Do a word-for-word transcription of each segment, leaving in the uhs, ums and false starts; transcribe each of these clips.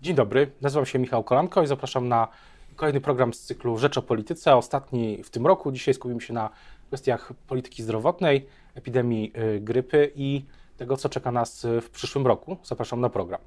Dzień dobry, nazywam się Michał Kolanko i zapraszam na kolejny program z cyklu Rzecz o Polityce, ostatni w tym roku. Dzisiaj skupimy się na kwestiach polityki zdrowotnej, epidemii grypy i tego, co czeka nas w przyszłym roku. Zapraszam na program.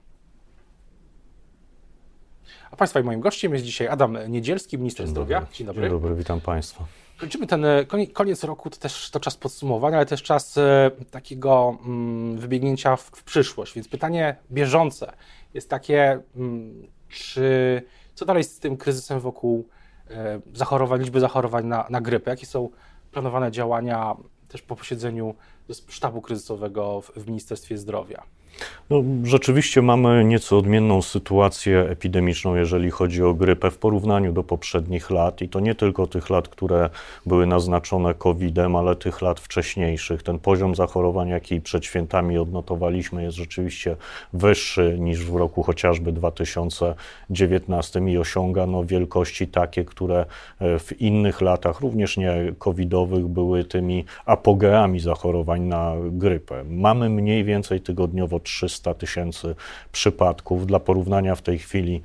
A Państwa i moim gościem jest dzisiaj Adam Niedzielski, minister Dzień zdrowia. Dobry. Dzień dobry. Dzień dobry, witam Państwa. Kończymy ten koniec roku, to też to czas podsumowania, ale też czas takiego mm, wybiegnięcia w, w przyszłość. Więc pytanie bieżące jest takie, mm, czy co dalej z tym kryzysem wokół e, zachorowań, liczby zachorowań na, na grypę? Jakie są planowane działania też po posiedzeniu sztabu kryzysowego w, w Ministerstwie Zdrowia? No, rzeczywiście mamy nieco odmienną sytuację epidemiczną, jeżeli chodzi o grypę w porównaniu do poprzednich lat i to nie tylko tych lat, które były naznaczone kowidem, ale tych lat wcześniejszych. Ten poziom zachorowań, jaki przed świętami odnotowaliśmy, jest rzeczywiście wyższy niż w roku chociażby dwa tysiące dziewiętnastym i osiąga no, wielkości takie, które w innych latach, również nie covidowych, były tymi apogeami zachorowań na grypę. Mamy mniej więcej tygodniowo trzysta tysięcy przypadków. Dla porównania w tej chwili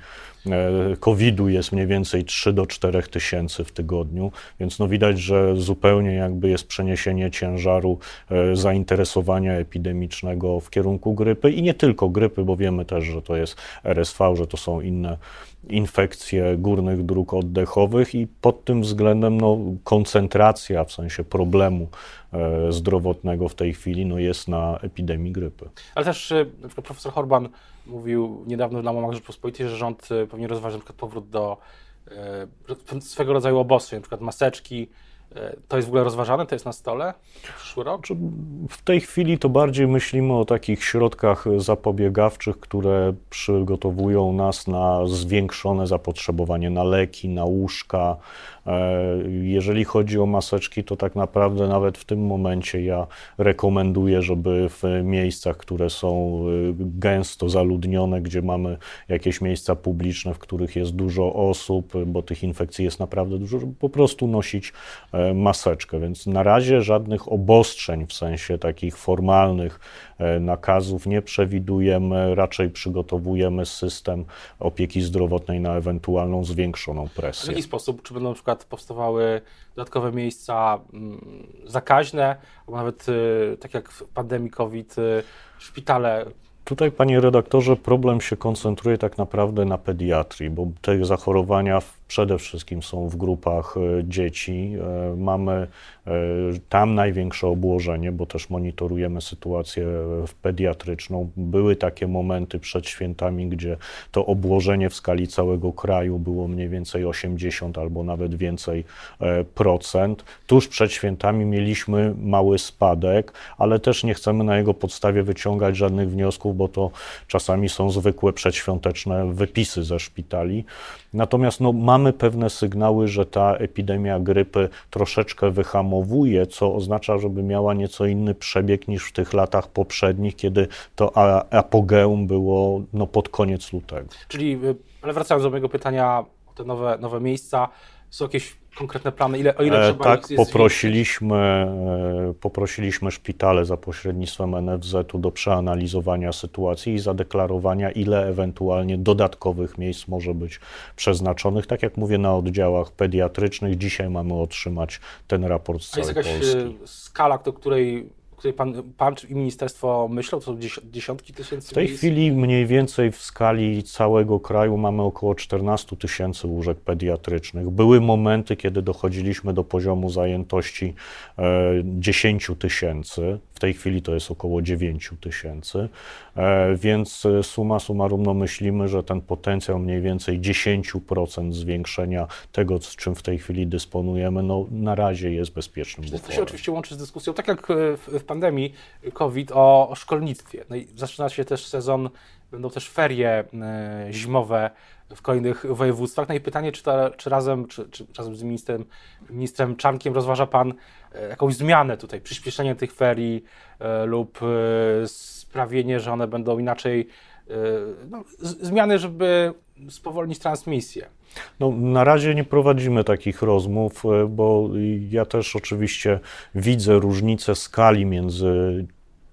covidu jest mniej więcej trzy do czterech tysięcy w tygodniu, więc no widać, że zupełnie jakby jest przeniesienie ciężaru zainteresowania epidemicznego w kierunku grypy i nie tylko grypy, bo wiemy też, że to jest R S V, że to są inne infekcje górnych dróg oddechowych i pod tym względem no, koncentracja w sensie problemu e, zdrowotnego w tej chwili no, jest na epidemii grypy. Ale też na przykład profesor Horban mówił niedawno na łamach Rzeczpospolitej, że rząd powinien rozważyć na przykład powrót do e, swego rodzaju obostrzeń, na przykład maseczki. To jest w ogóle rozważane? To jest na stole w przyszły rok? W tej chwili to bardziej myślimy o takich środkach zapobiegawczych, które przygotowują nas na zwiększone zapotrzebowanie na leki, na łóżka. Jeżeli chodzi o maseczki, to tak naprawdę nawet w tym momencie ja rekomenduję, żeby w miejscach, które są gęsto zaludnione, gdzie mamy jakieś miejsca publiczne, w których jest dużo osób, bo tych infekcji jest naprawdę dużo, żeby po prostu nosić maseczkę, więc na razie żadnych obostrzeń w sensie takich formalnych nakazów nie przewidujemy, raczej przygotowujemy system opieki zdrowotnej na ewentualną zwiększoną presję. W jaki sposób? Czy będą na przykład powstawały dodatkowe miejsca zakaźne, albo nawet tak jak w pandemii COVID, szpitale? Tutaj, panie redaktorze, problem się koncentruje tak naprawdę na pediatrii, bo te zachorowania przede wszystkim są w grupach dzieci. Mamy tam największe obłożenie, bo też monitorujemy sytuację pediatryczną. Były takie momenty przed świętami, gdzie to obłożenie w skali całego kraju było mniej więcej osiemdziesiąt albo nawet więcej procent. Tuż przed świętami mieliśmy mały spadek, ale też nie chcemy na jego podstawie wyciągać żadnych wniosków, bo to czasami są zwykłe przedświąteczne wypisy ze szpitali. Natomiast no, mamy pewne sygnały, że ta epidemia grypy troszeczkę wyhamowuje, co oznacza, żeby miała nieco inny przebieg niż w tych latach poprzednich, kiedy to apogeum było no, pod koniec lutego. Czyli, ale wracając do mojego pytania o te nowe, nowe miejsca, są jakieś konkretne plany, ile, o ile trzeba tak, ich jest poprosiliśmy, poprosiliśmy szpitale za pośrednictwem N F Z u do przeanalizowania sytuacji i zadeklarowania, ile ewentualnie dodatkowych miejsc może być przeznaczonych. Tak jak mówię, na oddziałach pediatrycznych dzisiaj mamy otrzymać ten raport z całej Polski. A jest jakaś skala, do której której pan, pan i ministerstwo myślą? To są dziesiątki tysięcy W tej miejsc? chwili mniej więcej w skali całego kraju mamy około czternaście tysięcy łóżek pediatrycznych. Były momenty, kiedy dochodziliśmy do poziomu zajętości e, dziesięć tysięcy. W tej chwili to jest około dziewięć tysięcy, e, więc summa summarum no myślimy, że ten potencjał mniej więcej dziesięć procent zwiększenia tego, z czym w tej chwili dysponujemy, no na razie jest bezpiecznym buforem. To się oczywiście łączy z dyskusją, tak jak w, w pandemii COVID, o, o szkolnictwie. No i zaczyna się też sezon, będą też ferie y, zimowe w kolejnych województwach. No i pytanie, czy, ta, czy razem, czy, czy razem z ministrem, ministrem Czarnkiem rozważa pan y, jakąś zmianę tutaj, przyspieszenie tych ferii y, lub y, sprawienie, że one będą inaczej, y, no, z, zmiany, żeby spowolnić transmisję. No, na razie nie prowadzimy takich rozmów, bo ja też oczywiście widzę różnicę skali między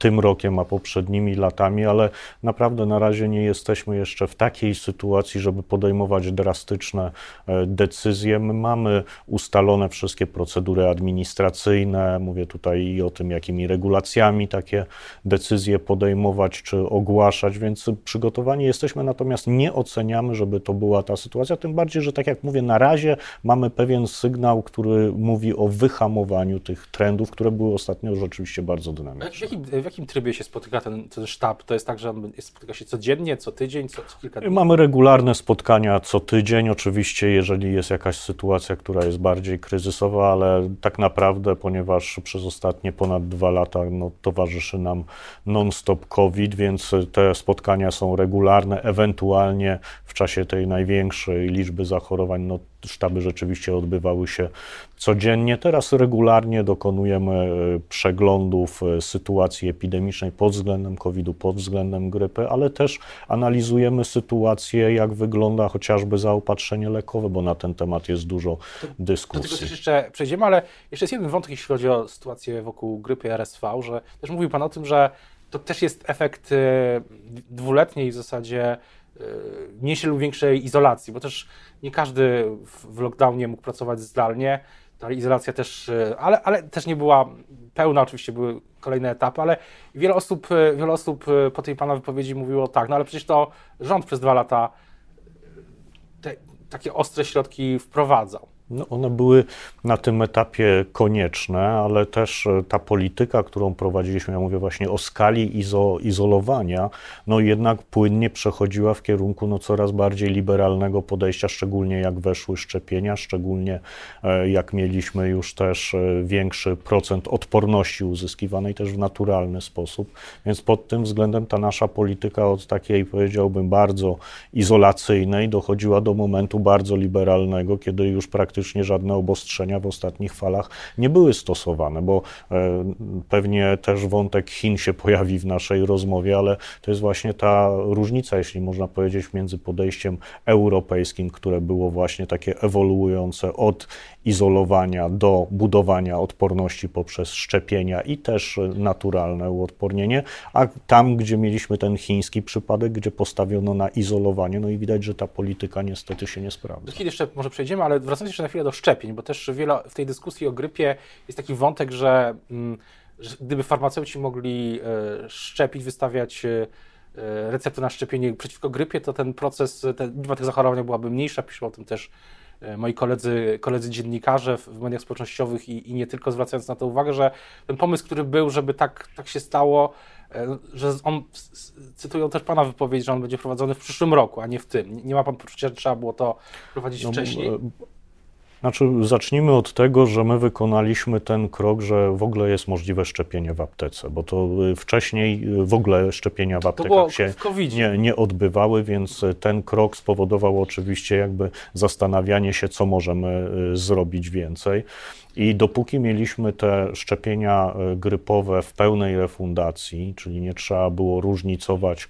tym rokiem, a poprzednimi latami, ale naprawdę na razie nie jesteśmy jeszcze w takiej sytuacji, żeby podejmować drastyczne decyzje. My mamy ustalone wszystkie procedury administracyjne, mówię tutaj i o tym, jakimi regulacjami takie decyzje podejmować czy ogłaszać, więc przygotowani jesteśmy, natomiast nie oceniamy, żeby to była ta sytuacja, tym bardziej, że tak jak mówię, na razie mamy pewien sygnał, który mówi o wyhamowaniu tych trendów, które były ostatnio rzeczywiście bardzo dynamiczne. W jakim, w jakim trybie się spotyka ten, ten sztab? To jest tak, że on spotyka się codziennie, co tydzień, co, co kilka dni? Mamy regularne spotkania co tydzień, oczywiście jeżeli jest jakaś sytuacja, która jest bardziej kryzysowa, ale tak naprawdę, ponieważ przez ostatnie ponad dwa lata no, towarzyszy nam non-stop COVID, więc te spotkania są regularne, ewentualnie w czasie tej największej liczby zachorowań, no, sztaby rzeczywiście odbywały się codziennie. Teraz regularnie dokonujemy przeglądów sytuacji epidemicznej pod względem kowida, pod względem grypy, ale też analizujemy sytuację, jak wygląda chociażby zaopatrzenie lekowe, bo na ten temat jest dużo dyskusji. Do tego też jeszcze przejdziemy, ale jeszcze jest jeden wątek, jeśli chodzi o sytuację wokół grypy R S V, że też mówił Pan o tym, że to też jest efekt dwuletniej w zasadzie mniejszej lub większej izolacji, bo też nie każdy w lockdownie mógł pracować zdalnie, ta izolacja też, ale, ale też nie była pełna, oczywiście były kolejne etapy, ale wiele osób, wiele osób po tej Pana wypowiedzi mówiło tak, no ale przecież to rząd przez dwa lata te, takie ostre środki wprowadzał. No one były na tym etapie konieczne, ale też ta polityka, którą prowadziliśmy, ja mówię właśnie o skali izo, izolowania, no jednak płynnie przechodziła w kierunku no, coraz bardziej liberalnego podejścia, szczególnie jak weszły szczepienia, szczególnie jak mieliśmy już też większy procent odporności uzyskiwanej też w naturalny sposób, więc pod tym względem ta nasza polityka od takiej, powiedziałbym, bardzo izolacyjnej dochodziła do momentu bardzo liberalnego, kiedy już praktycznie żadne obostrzenia w ostatnich falach nie były stosowane, bo e, pewnie też wątek Chin się pojawi w naszej rozmowie, ale to jest właśnie ta różnica, jeśli można powiedzieć, między podejściem europejskim, które było właśnie takie ewoluujące od izolowania do budowania odporności poprzez szczepienia i też naturalne uodpornienie, a tam, gdzie mieliśmy ten chiński przypadek, gdzie postawiono na izolowanie, no i widać, że ta polityka niestety się nie sprawdza. Do chwili jeszcze może przejdziemy, ale wracając jeszcze na chwilę do szczepień, bo też wiele w tej dyskusji o grypie jest taki wątek, że, że gdyby farmaceuci mogli szczepić, wystawiać recepty na szczepienie przeciwko grypie, to ten proces, ta liczba tych zachorowań byłaby mniejsza. Piszą o tym też moi koledzy, koledzy dziennikarze w mediach społecznościowych i, i nie tylko, zwracając na to uwagę, że ten pomysł, który był, żeby tak, tak się stało, że on, cytują też Pana wypowiedź, że on będzie prowadzony w przyszłym roku, a nie w tym. Nie ma Pan poczucia, że trzeba było to prowadzić no, wcześniej? Znaczy, zacznijmy od tego, że my wykonaliśmy ten krok, że w ogóle jest możliwe szczepienie w aptece, bo to wcześniej w ogóle szczepienia w aptekach się nie, nie odbywały, więc ten krok spowodował oczywiście jakby zastanawianie się, co możemy zrobić więcej. I dopóki mieliśmy te szczepienia grypowe w pełnej refundacji, czyli nie trzeba było różnicować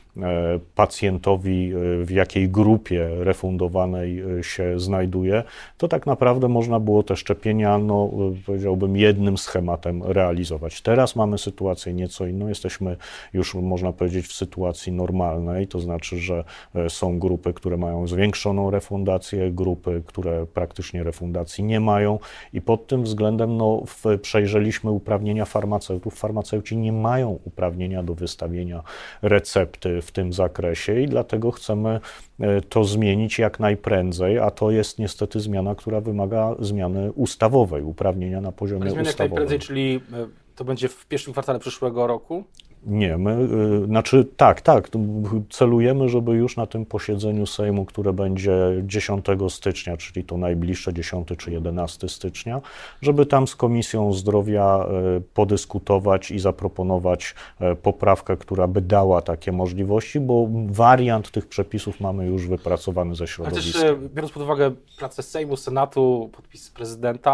pacjentowi, w jakiej grupie refundowanej się znajduje, to tak naprawdę można było te szczepienia, no powiedziałbym, jednym schematem realizować. Teraz mamy sytuację nieco inną, jesteśmy już, można powiedzieć, w sytuacji normalnej, to znaczy, że są grupy, które mają zwiększoną refundację, grupy, które praktycznie refundacji nie mają i pod tym względem no, w, przejrzeliśmy uprawnienia farmaceutów. Farmaceuci nie mają uprawnienia do wystawienia recepty w tym zakresie i dlatego chcemy to zmienić jak najprędzej, a to jest niestety zmiana, która wymaga zmiany ustawowej, uprawnienia na poziomie ustawowym. Zmiany jak najprędzej, czyli to będzie w pierwszym kwartale przyszłego roku? Nie, my, y, znaczy tak, tak, celujemy, żeby już na tym posiedzeniu Sejmu, które będzie dziesiątego stycznia, czyli to najbliższe dziesiątego czy jedenastego stycznia, żeby tam z Komisją Zdrowia y, podyskutować i zaproponować y, poprawkę, która by dała takie możliwości, bo wariant tych przepisów mamy już wypracowany ze środowiskiem. Ale też biorąc pod uwagę pracę Sejmu, Senatu, podpis prezydenta,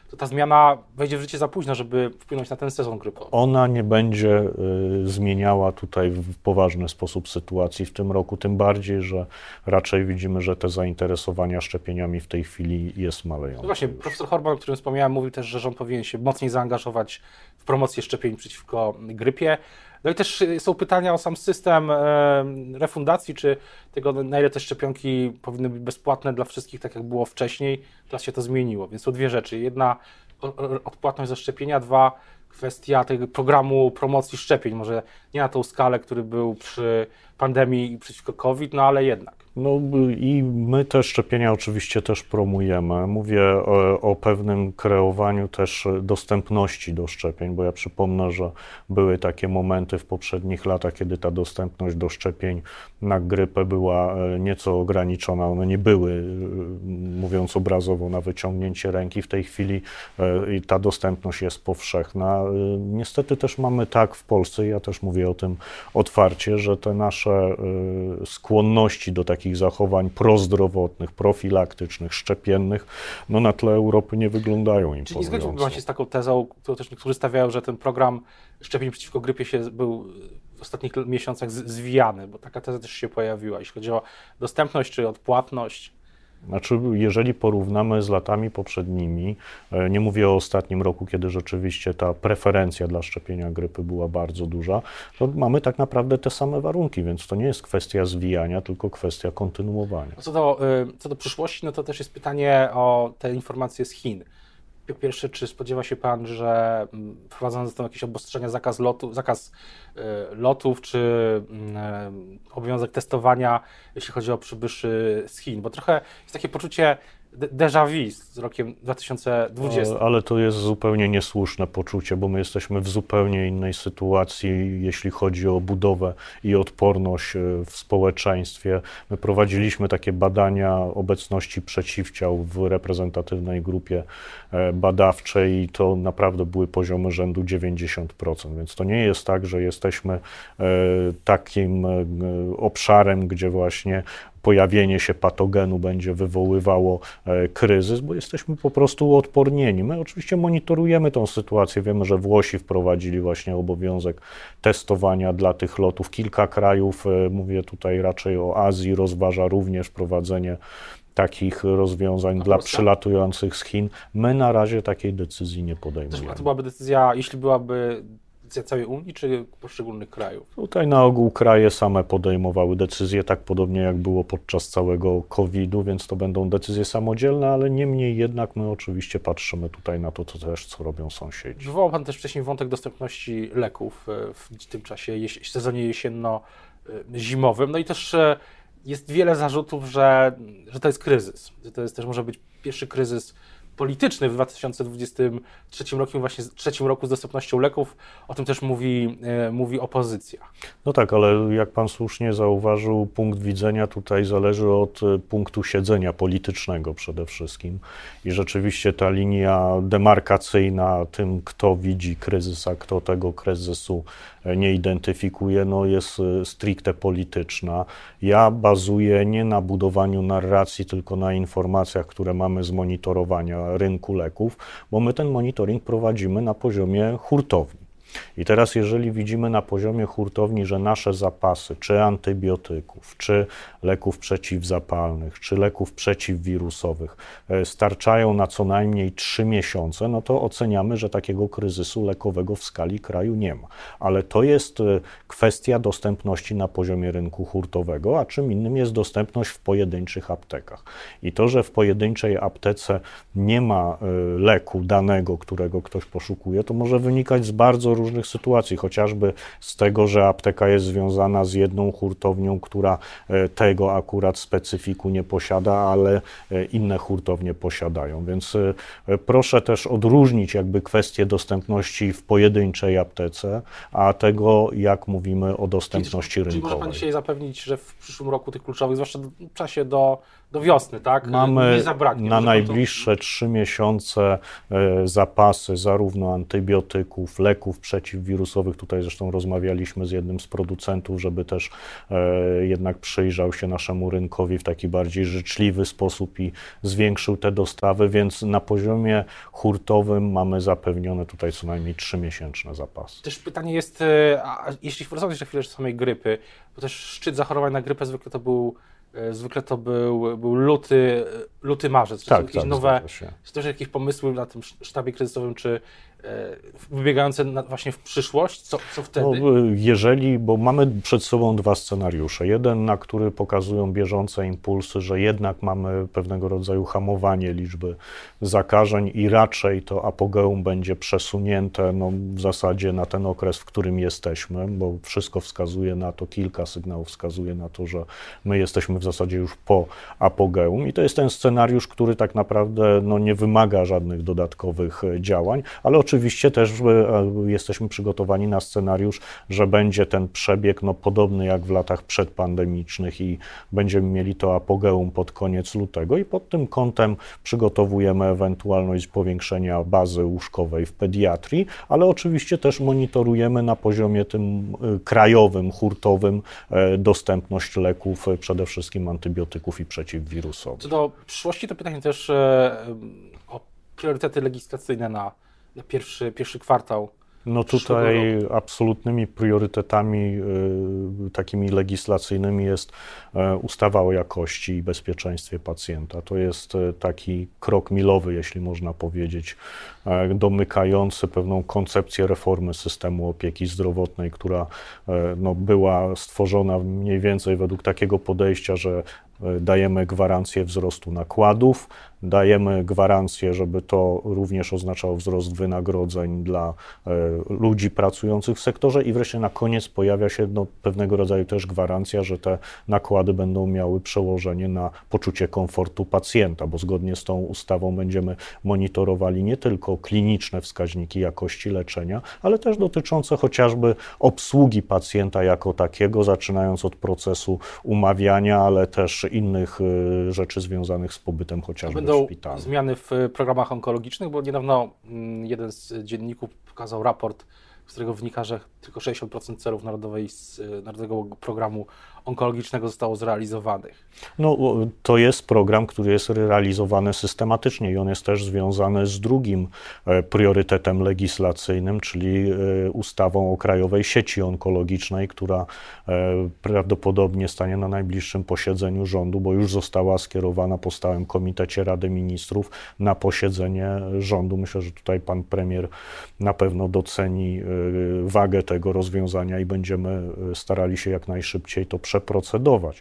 to ta zmiana wejdzie w życie za późno, żeby wpłynąć na ten sezon grypowy. Ona nie będzie y, zmieniała tutaj w poważny sposób sytuacji w tym roku, tym bardziej, że raczej widzimy, że te zainteresowania szczepieniami w tej chwili jest malejące. No właśnie, profesor Horban, o którym wspomniałem, mówił też, że rząd powinien się mocniej zaangażować w promocję szczepień przeciwko grypie. No i też są pytania o sam system refundacji, czy tego, na ile te szczepionki powinny być bezpłatne dla wszystkich, tak jak było wcześniej. Teraz się to zmieniło, więc są dwie rzeczy. Jedna, odpłatność za szczepienia, dwa, kwestia tego programu promocji szczepień. Może nie na tą skalę, który był przy pandemii przeciwko COVID, no ale jednak. No i my te szczepienia oczywiście też promujemy. Mówię o, o pewnym kreowaniu też dostępności do szczepień, bo ja przypomnę, że były takie momenty w poprzednich latach, kiedy ta dostępność do szczepień na grypę była nieco ograniczona. One nie były, mówiąc obrazowo, na wyciągnięcie ręki. W tej chwili ta dostępność jest powszechna. Niestety też mamy tak w Polsce, ja też mówię o tym otwarcie, że te nasze skłonności do takich zachowań prozdrowotnych, profilaktycznych, szczepiennych, no na tle Europy nie wyglądają imponująco. Czyli nie zgodziłby pan się z taką tezą, którą też niektórzy stawiają, że ten program szczepień przeciwko grypie się był w ostatnich miesiącach zwijany, bo taka teza też się pojawiła, jeśli chodzi o dostępność czy odpłatność. Znaczy, jeżeli porównamy z latami poprzednimi, nie mówię o ostatnim roku, kiedy rzeczywiście ta preferencja dla szczepienia grypy była bardzo duża, to mamy tak naprawdę te same warunki, więc to nie jest kwestia zwijania, tylko kwestia kontynuowania. Co do, co do przyszłości, no to też jest pytanie o te informacje z Chin. Po pierwsze, czy spodziewa się pan, że wprowadzone zostaną jakieś obostrzenia, zakaz, lotu, zakaz y, lotów, czy y, obowiązek testowania, jeśli chodzi o przybyszy z Chin? Bo trochę jest takie poczucie déjà vu z rokiem dwa tysiące dwudziestym. Ale to jest zupełnie niesłuszne poczucie, bo my jesteśmy w zupełnie innej sytuacji, jeśli chodzi o budowę i odporność w społeczeństwie. My prowadziliśmy takie badania obecności przeciwciał w reprezentatywnej grupie badawczej i to naprawdę były poziomy rzędu dziewięćdziesiąt procent, więc to nie jest tak, że jesteśmy takim obszarem, gdzie właśnie pojawienie się patogenu będzie wywoływało e, kryzys, bo jesteśmy po prostu uodpornieni. My oczywiście monitorujemy tą sytuację. Wiemy, że Włosi wprowadzili właśnie obowiązek testowania dla tych lotów. Kilka krajów, e, mówię tutaj raczej o Azji, rozważa również wprowadzenie takich rozwiązań dla przylatujących z Chin. My na razie takiej decyzji nie podejmujemy. A to byłaby decyzja, jeśli byłaby decyzja całej Unii, czy poszczególnych krajów? Tutaj na ogół kraje same podejmowały decyzje, tak podobnie jak było podczas całego kowida, więc to będą decyzje samodzielne, ale niemniej jednak my oczywiście patrzymy tutaj na to, co też co robią sąsiedzi. Wywołał pan też wcześniej wątek dostępności leków w tym czasie, w sezonie jesienno-zimowym, no i też jest wiele zarzutów, że, że to jest kryzys, że to jest też może być pierwszy kryzys polityczny w dwa tysiące dwudziestym trzecim roku, właśnie trzecim roku z dostępnością leków. O tym też mówi, e, mówi opozycja. No tak, ale jak pan słusznie zauważył, punkt widzenia tutaj zależy od punktu siedzenia politycznego przede wszystkim. I rzeczywiście ta linia demarkacyjna tym, kto widzi kryzys, a kto tego kryzysu nie identyfikuje, no jest stricte polityczna. Ja bazuję nie na budowaniu narracji, tylko na informacjach, które mamy z monitorowania rynku leków, bo my ten monitoring prowadzimy na poziomie hurtowni. I teraz jeżeli widzimy na poziomie hurtowni, że nasze zapasy, czy antybiotyków, czy leków przeciwzapalnych, czy leków przeciwwirusowych starczają na co najmniej trzy miesiące, no to oceniamy, że takiego kryzysu lekowego w skali kraju nie ma. Ale to jest kwestia dostępności na poziomie rynku hurtowego, a czym innym jest dostępność w pojedynczych aptekach. I to, że w pojedynczej aptece nie ma leku danego, którego ktoś poszukuje, to może wynikać z bardzo różnych różnych sytuacji, chociażby z tego, że apteka jest związana z jedną hurtownią, która tego akurat specyfiku nie posiada, ale inne hurtownie posiadają. Więc proszę też odróżnić jakby kwestię dostępności w pojedynczej aptece, a tego, jak mówimy o dostępności czyli, rynkowej. Czyli może pan dzisiaj zapewnić, że w przyszłym roku tych kluczowych, zwłaszcza w czasie do, do wiosny, tak? Mamy nie zabraknie. na Może najbliższe trzy miesiące zapasy zarówno antybiotyków, leków przeciwwirusów, przeciwwirusowych. Tutaj zresztą rozmawialiśmy z jednym z producentów, żeby też e, jednak przyjrzał się naszemu rynkowi w taki bardziej życzliwy sposób i zwiększył te dostawy, więc na poziomie hurtowym mamy zapewnione tutaj co najmniej trzymiesięczne zapasy. Też pytanie jest, a jeśli wracamy jeszcze chwilę do samej grypy, bo też szczyt zachorowań na grypę zwykle to był Zwykle to był, był luty, luty, marzec. Czy tak, są jakieś tak, nowe, czy też jakieś pomysły na tym sztabie kryzysowym, czy e, wybiegające na, właśnie w przyszłość? Co, co wtedy? No, jeżeli, bo mamy przed sobą dwa scenariusze. Jeden, na który pokazują bieżące impulsy, że jednak mamy pewnego rodzaju hamowanie liczby zakażeń i raczej to apogeum będzie przesunięte no, w zasadzie na ten okres, w którym jesteśmy, bo wszystko wskazuje na to, kilka sygnałów wskazuje na to, że my jesteśmy w zasadzie już po apogeum i to jest ten scenariusz, który tak naprawdę no, nie wymaga żadnych dodatkowych działań, ale oczywiście też jesteśmy przygotowani na scenariusz, że będzie ten przebieg no, podobny jak w latach przedpandemicznych i będziemy mieli to apogeum pod koniec lutego i pod tym kątem przygotowujemy ewentualność powiększenia bazy łóżkowej w pediatrii, ale oczywiście też monitorujemy na poziomie tym krajowym, hurtowym dostępność leków, przede wszystkim antybiotyków i przeciwwirusowych. Co do przyszłości, to pytanie też e, o priorytety legislacyjne na, na pierwszy, pierwszy kwartał. No tutaj absolutnymi priorytetami y, takimi legislacyjnymi jest y, ustawa o jakości i bezpieczeństwie pacjenta. To jest y, taki krok milowy, jeśli można powiedzieć, y, domykający pewną koncepcję reformy systemu opieki zdrowotnej, która y, no, była stworzona mniej więcej według takiego podejścia, że dajemy gwarancję wzrostu nakładów, dajemy gwarancję, żeby to również oznaczało wzrost wynagrodzeń dla e, ludzi pracujących w sektorze i wreszcie na koniec pojawia się no, pewnego rodzaju też gwarancja, że te nakłady będą miały przełożenie na poczucie komfortu pacjenta, bo zgodnie z tą ustawą będziemy monitorowali nie tylko kliniczne wskaźniki jakości leczenia, ale też dotyczące chociażby obsługi pacjenta jako takiego, zaczynając od procesu umawiania, ale też innych y, rzeczy związanych z pobytem chociażby Będą w szpitalu. Zmiany w programach onkologicznych, bo niedawno mm, jeden z dzienników pokazał raport, z którego wynika, że tylko sześćdziesiąt procent celów narodowej, Narodowego Programu Onkologicznego zostało zrealizowanych. No, to jest program, który jest realizowany systematycznie i on jest też związany z drugim priorytetem legislacyjnym, czyli ustawą o Krajowej Sieci Onkologicznej, która prawdopodobnie stanie na najbliższym posiedzeniu rządu, bo już została skierowana po stałym komitecie Rady Ministrów na posiedzenie rządu. Myślę, że tutaj pan premier na pewno doceni wagę tego rozwiązania i będziemy starali się jak najszybciej to przeprocedować.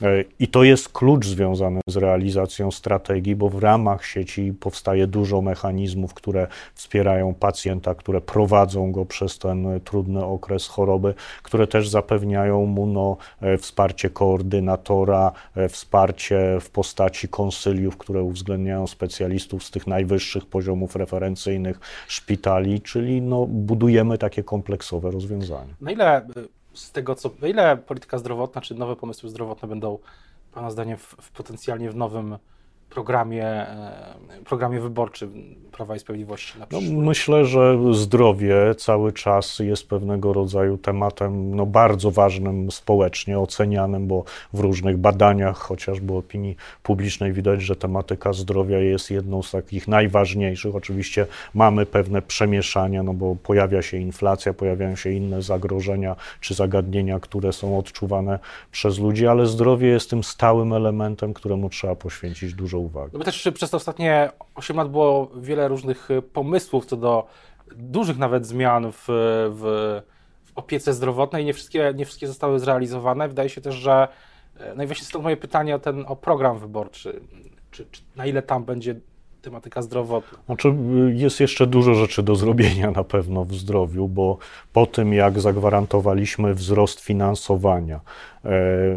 I to jest klucz związany z realizacją strategii, bo w ramach sieci powstaje dużo mechanizmów, które wspierają pacjenta, które prowadzą go przez ten trudny okres choroby, które też zapewniają mu no, wsparcie koordynatora, wsparcie w postaci konsyliów, które uwzględniają specjalistów z tych najwyższych poziomów referencyjnych szpitali, czyli no, budujemy takie kompleksowe rozwiązania. Na ile z tego, co, na ile polityka zdrowotna czy nowe pomysły zdrowotne będą pana zdaniem w, w potencjalnie w nowym programie, programie wyborczym Prawa i Sprawiedliwości na przyszłość? No, myślę, że zdrowie cały czas jest pewnego rodzaju tematem no, bardzo ważnym społecznie, ocenianym, bo w różnych badaniach, chociażby opinii publicznej widać, że tematyka zdrowia jest jedną z takich najważniejszych. Oczywiście mamy pewne przemieszania, no bo pojawia się inflacja, pojawiają się inne zagrożenia czy zagadnienia, które są odczuwane przez ludzi, ale zdrowie jest tym stałym elementem, któremu trzeba poświęcić dużo uwagi. No bo też przez te ostatnie osiem lat było wiele różnych pomysłów co do dużych nawet zmian w, w, w opiece zdrowotnej. Nie wszystkie, nie wszystkie zostały zrealizowane. Wydaje się też, że no i właśnie stąd moje pytanie o ten o program wyborczy. Czy, czy na ile tam będzie tematyka zdrowotna? Znaczy, jest jeszcze dużo rzeczy do zrobienia na pewno w zdrowiu, bo po tym jak zagwarantowaliśmy wzrost finansowania, e,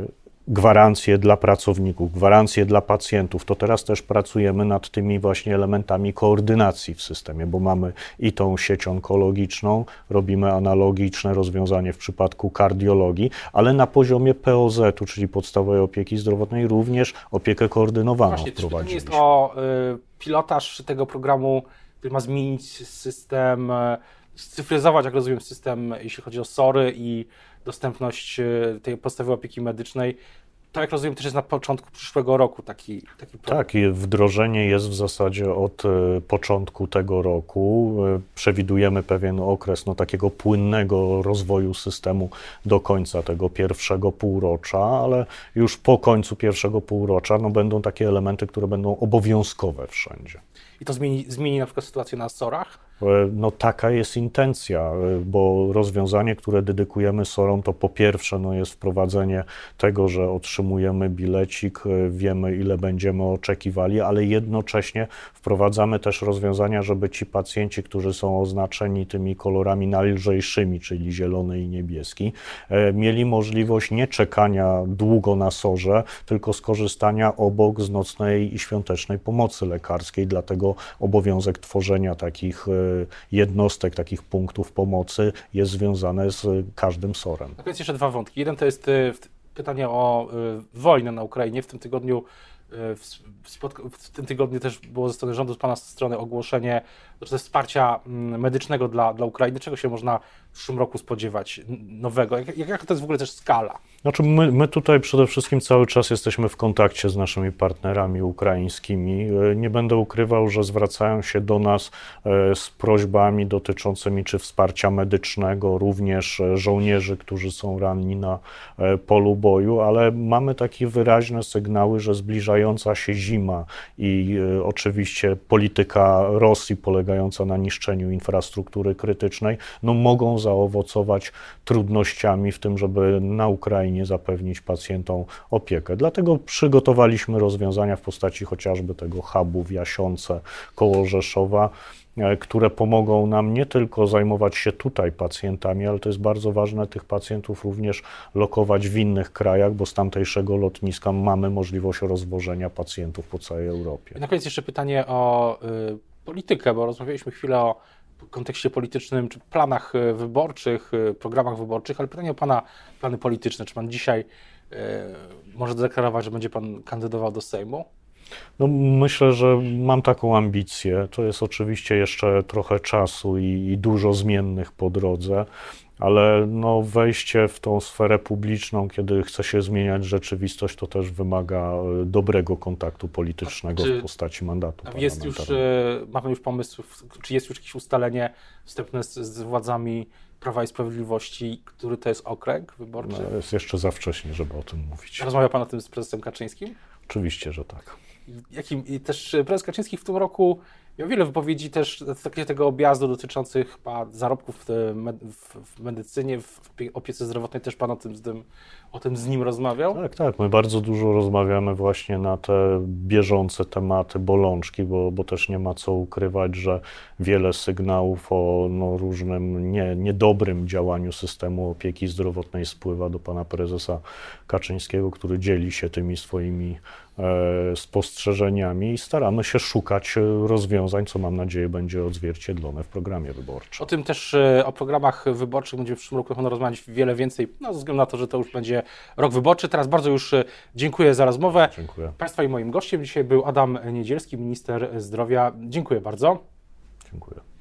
gwarancje dla pracowników, gwarancje dla pacjentów, to teraz też pracujemy nad tymi właśnie elementami koordynacji w systemie, bo mamy i tą sieć onkologiczną, robimy analogiczne rozwiązanie w przypadku kardiologii, ale na poziomie P O Z-u, czyli podstawowej opieki zdrowotnej, również opiekę koordynowaną Właśnie, wprowadziliśmy. Jest o y, pilotaż tego programu, który ma zmienić system y, scyfryzować, jak rozumiem, system, jeśli chodzi o SOR-y i dostępność tej podstawowej opieki medycznej. To, jak rozumiem, też jest na początku przyszłego roku taki, taki program. Tak, i wdrożenie jest w zasadzie od y, początku tego roku. Y, przewidujemy pewien okres no, takiego płynnego rozwoju systemu do końca tego pierwszego półrocza, ale już po końcu pierwszego półrocza no, będą takie elementy, które będą obowiązkowe wszędzie. I to zmieni, zmieni na przykład sytuację na SOR-ach? No taka jest intencja, bo rozwiązanie, które dedykujemy SOR-om, to po pierwsze no, jest wprowadzenie tego, że otrzymujemy bilecik, wiemy ile będziemy oczekiwali, ale jednocześnie wprowadzamy też rozwiązania, żeby ci pacjenci, którzy są oznaczeni tymi kolorami najlżejszymi, czyli zielony i niebieski, mieli możliwość nie czekania długo na SOR-ze, tylko skorzystania obok z nocnej i świątecznej pomocy lekarskiej, dlatego obowiązek tworzenia takich jednostek, takich punktów pomocy jest związane z każdym SOR-em. Tak więc jeszcze dwa wątki. Jeden to jest pytanie o wojnę na Ukrainie. W tym tygodniu w, spotka- w tym tygodniu też było ze strony rządu, z Pana strony ogłoszenie ze wsparcia medycznego dla, dla Ukrainy. Czego się można w przyszłym roku spodziewać nowego? Jak, jak to jest w ogóle też skala? Znaczy my, my tutaj przede wszystkim cały czas jesteśmy w kontakcie z naszymi partnerami ukraińskimi. Nie będę ukrywał, że zwracają się do nas z prośbami dotyczącymi czy wsparcia medycznego, również żołnierzy, którzy są ranni na polu boju, ale mamy takie wyraźne sygnały, że zbliżająca się zima i oczywiście polityka Rosji polegająca na niszczeniu infrastruktury krytycznej, no mogą zaowocować trudnościami w tym, żeby na Ukrainie zapewnić pacjentom opiekę. Dlatego przygotowaliśmy rozwiązania w postaci chociażby tego hubu w Jasionce koło Rzeszowa, które pomogą nam nie tylko zajmować się tutaj pacjentami, ale to jest bardzo ważne, tych pacjentów również lokować w innych krajach, bo z tamtejszego lotniska mamy możliwość rozwożenia pacjentów po całej Europie. I na koniec jeszcze pytanie o y, politykę, bo rozmawialiśmy chwilę o kontekście politycznym, czy planach wyborczych, programach wyborczych, ale pytanie o Pana plany polityczne. Czy Pan dzisiaj y, może zadeklarować, że będzie Pan kandydował do Sejmu? No, myślę, że mam taką ambicję. To jest oczywiście jeszcze trochę czasu i, i dużo zmiennych po drodze, ale no, wejście w tą sferę publiczną, kiedy chce się zmieniać rzeczywistość, to też wymaga dobrego kontaktu politycznego czy, w postaci mandatu a jest już, ma Pan już pomysł, czy jest już jakieś ustalenie wstępne z, z władzami Prawa i Sprawiedliwości, który to jest okręg wyborczy? No, jest jeszcze za wcześnie, żeby o tym mówić. Rozmawiał Pan o tym z prezesem Kaczyńskim? Oczywiście, że tak. Jakim, i też prezes Kaczyński w tym roku miał wiele wypowiedzi też takiego tego objazdu dotyczących zarobków w medycynie, w opiece zdrowotnej. Też Pan o tym, z tym, o tym z nim rozmawiał? Tak, tak. My bardzo dużo rozmawiamy właśnie na te bieżące tematy, bolączki, bo, bo też nie ma co ukrywać, że wiele sygnałów o no, różnym nie, niedobrym działaniu systemu opieki zdrowotnej spływa do pana prezesa Kaczyńskiego, który dzieli się tymi swoimi e, spostrzeżeniami i staramy się szukać rozwiązań, co mam nadzieję będzie odzwierciedlone w programie wyborczym. O tym też, o programach wyborczych będziemy w przyszłym roku na pewno rozmawiać wiele więcej, no, ze względu na to, że to już będzie rok wyborczy. Teraz bardzo już dziękuję za rozmowę. Dziękuję. Państwa i moim gościem dzisiaj był Adam Niedzielski, minister zdrowia. Dziękuję bardzo. Dziękuję.